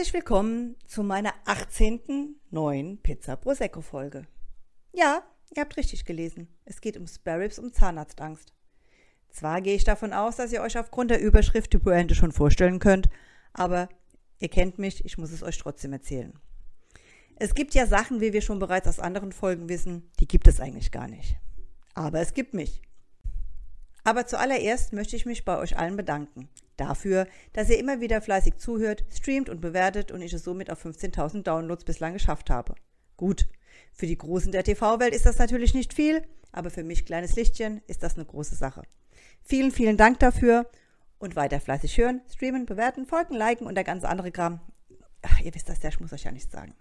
Herzlich willkommen zu meiner 18. neuen Pizza Prosecco Folge. Ja, ihr habt richtig gelesen. Es geht um Sparrows und Zahnarztangst. Zwar gehe ich davon aus, dass ihr euch aufgrund der Überschrift die Pointe schon vorstellen könnt, aber ihr kennt mich, ich muss es euch trotzdem erzählen. Es gibt ja Sachen, wie wir schon bereits aus anderen Folgen wissen, die gibt es eigentlich gar nicht. Aber es gibt mich. Aber zuallererst möchte ich mich bei euch allen bedanken. Dafür, dass ihr immer wieder fleißig zuhört, streamt und bewertet und ich es somit auf 15.000 Downloads bislang geschafft habe. Gut, für die Großen der TV-Welt ist das natürlich nicht viel, aber für mich, kleines Lichtchen, ist das eine große Sache. Vielen, vielen Dank dafür und weiter fleißig hören, streamen, bewerten, folgen, liken und der ganze andere Kram. Ach, ihr wisst das ja, ich muss euch ja nichts sagen.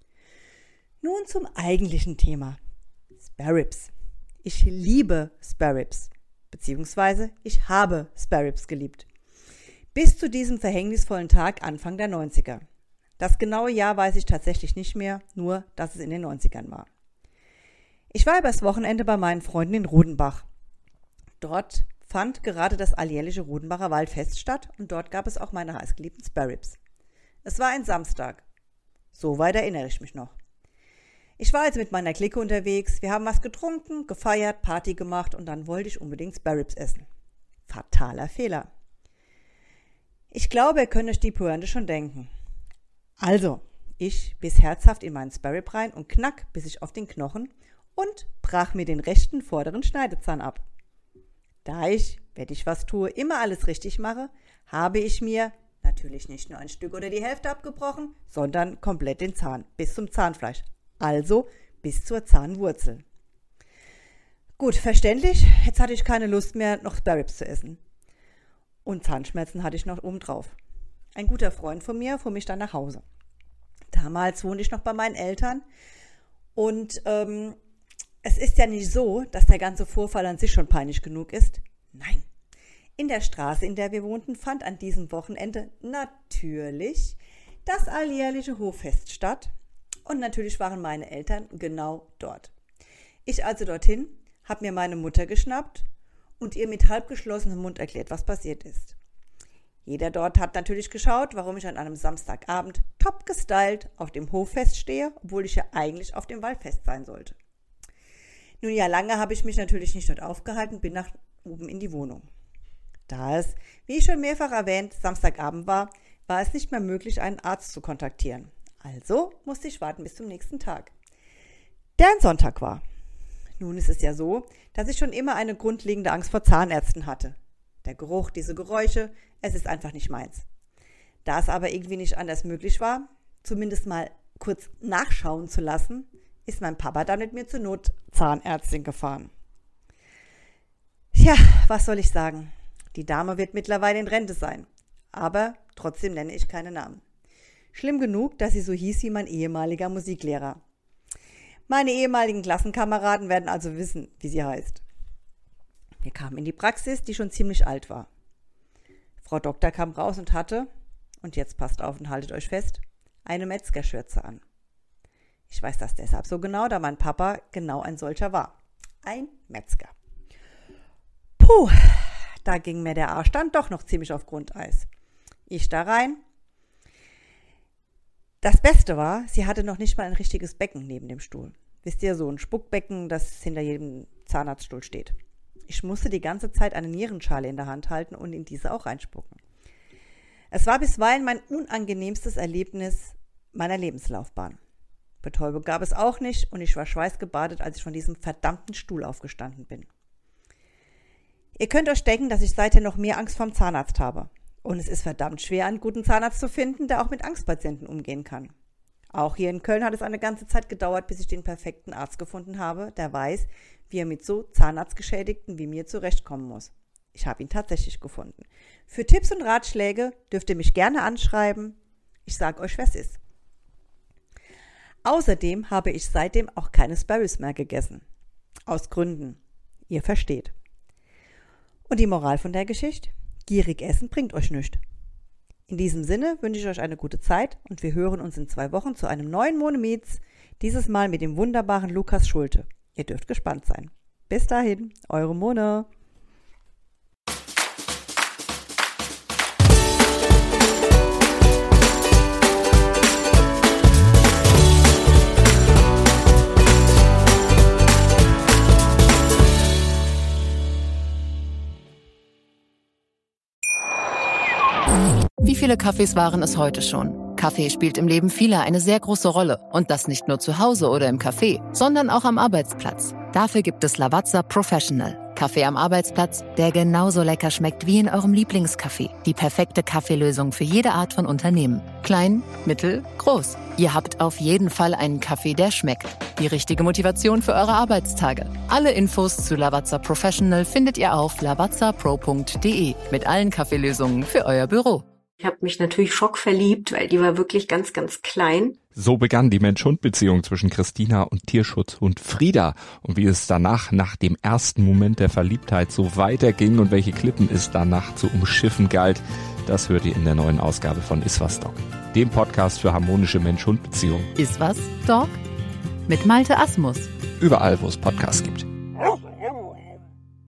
Nun zum eigentlichen Thema. Sparrows. Ich liebe Sparrows, beziehungsweise ich habe Sparrows geliebt. Bis zu diesem verhängnisvollen Tag Anfang der 90er. Das genaue Jahr weiß ich tatsächlich nicht mehr, nur dass es in den 90ern war. Ich war übers Wochenende bei meinen Freunden in Rodenbach. Dort fand gerade das alljährliche Rodenbacher Waldfest statt und dort gab es auch meine heißgeliebten Sparrows. Es war ein Samstag. Soweit erinnere ich mich noch. Ich war also mit meiner Clique unterwegs, wir haben was getrunken, gefeiert, Party gemacht und dann wollte ich unbedingt Sparrows essen. Fataler Fehler. Ich glaube, ihr könnt euch die Pointe schon denken. Also, ich biss herzhaft in meinen Sparrow rein und knack bis ich auf den Knochen und brach mir den rechten vorderen Schneidezahn ab. Da ich, wenn ich was tue, immer alles richtig mache, habe ich mir natürlich nicht nur ein Stück oder die Hälfte abgebrochen, sondern komplett den Zahn bis zum Zahnfleisch, also bis zur Zahnwurzel. Gut, verständlich, jetzt hatte ich keine Lust mehr, noch Sparrows zu essen. Und Zahnschmerzen hatte ich noch obendrauf. Ein guter Freund von mir fuhr mich dann nach Hause. Damals wohnte ich noch bei meinen Eltern und es ist ja nicht so, dass der ganze Vorfall an sich schon peinlich genug ist. Nein, in der Straße, in der wir wohnten, fand an diesem Wochenende natürlich das alljährliche Hoffest statt und natürlich waren meine Eltern genau dort. Ich also dorthin, habe mir meine Mutter geschnappt und ihr mit halb geschlossenem Mund erklärt, was passiert ist. Jeder dort hat natürlich geschaut, warum ich an einem Samstagabend top gestylt auf dem Hoffest stehe, obwohl ich ja eigentlich auf dem Waldfest sein sollte. Nun ja, lange habe ich mich natürlich nicht dort aufgehalten, bin nach oben in die Wohnung. Da es, wie ich schon mehrfach erwähnt, Samstagabend war, war es nicht mehr möglich, einen Arzt zu kontaktieren. Also musste ich warten bis zum nächsten Tag, der ein Sonntag war. Nun ist es ja so, dass ich schon immer eine grundlegende Angst vor Zahnärzten hatte. Der Geruch, diese Geräusche, es ist einfach nicht meins. Da es aber irgendwie nicht anders möglich war, zumindest mal kurz nachschauen zu lassen, ist mein Papa dann mit mir zur Notzahnärztin gefahren. Tja, was soll ich sagen? Die Dame wird mittlerweile in Rente sein, aber trotzdem nenne ich keine Namen. Schlimm genug, dass sie so hieß wie mein ehemaliger Musiklehrer. Meine ehemaligen Klassenkameraden werden also wissen, wie sie heißt. Wir kamen in die Praxis, die schon ziemlich alt war. Frau Doktor kam raus und hatte, und jetzt passt auf und haltet euch fest, eine Metzgerschürze an. Ich weiß das deshalb so genau, da mein Papa genau ein solcher war. Ein Metzger. Puh, da ging mir der Arsch dann doch noch ziemlich auf Grundeis. Ich da rein. Das Beste war, sie hatte noch nicht mal ein richtiges Becken neben dem Stuhl. Wisst ihr, so ein Spuckbecken, das hinter jedem Zahnarztstuhl steht. Ich musste die ganze Zeit eine Nierenschale in der Hand halten und in diese auch reinspucken. Es war bisweilen mein unangenehmstes Erlebnis meiner Lebenslaufbahn. Betäubung gab es auch nicht und ich war schweißgebadet, als ich von diesem verdammten Stuhl aufgestanden bin. Ihr könnt euch denken, dass ich seither noch mehr Angst vorm Zahnarzt habe. Und es ist verdammt schwer, einen guten Zahnarzt zu finden, der auch mit Angstpatienten umgehen kann. Auch hier in Köln hat es eine ganze Zeit gedauert, bis ich den perfekten Arzt gefunden habe, der weiß, wie er mit so Zahnarztgeschädigten wie mir zurechtkommen muss. Ich habe ihn tatsächlich gefunden. Für Tipps und Ratschläge dürft ihr mich gerne anschreiben. Ich sage euch, wer es ist. Außerdem habe ich seitdem auch keine Sparrows mehr gegessen. Aus Gründen. Ihr versteht. Und die Moral von der Geschichte? Gierig essen bringt euch nichts. In diesem Sinne wünsche ich euch eine gute Zeit und wir hören uns in 2 Wochen zu einem neuen Monomeets, dieses Mal mit dem wunderbaren Lukas Schulte. Ihr dürft gespannt sein. Bis dahin, eure Mona. Viele Kaffees waren es heute schon. Kaffee spielt im Leben vieler eine sehr große Rolle. Und das nicht nur zu Hause oder im Café, sondern auch am Arbeitsplatz. Dafür gibt es Lavazza Professional. Kaffee am Arbeitsplatz, der genauso lecker schmeckt wie in eurem Lieblingscafé. Die perfekte Kaffeelösung für jede Art von Unternehmen. Klein, mittel, groß. Ihr habt auf jeden Fall einen Kaffee, der schmeckt. Die richtige Motivation für eure Arbeitstage. Alle Infos zu Lavazza Professional findet ihr auf lavazzapro.de mit allen Kaffeelösungen für euer Büro. Ich habe mich natürlich schockverliebt, weil die war wirklich ganz, ganz klein. So begann die Mensch-Hund-Beziehung zwischen Christina und Tierschutzhund Frieda. Und wie es danach, nach dem ersten Moment der Verliebtheit, so weiterging und welche Klippen es danach zu umschiffen galt, das hört ihr in der neuen Ausgabe von Iswas Dog, dem Podcast für harmonische Mensch-Hund-Beziehungen. Iswas Dog? Mit Malte Asmus. Überall, wo es Podcasts gibt.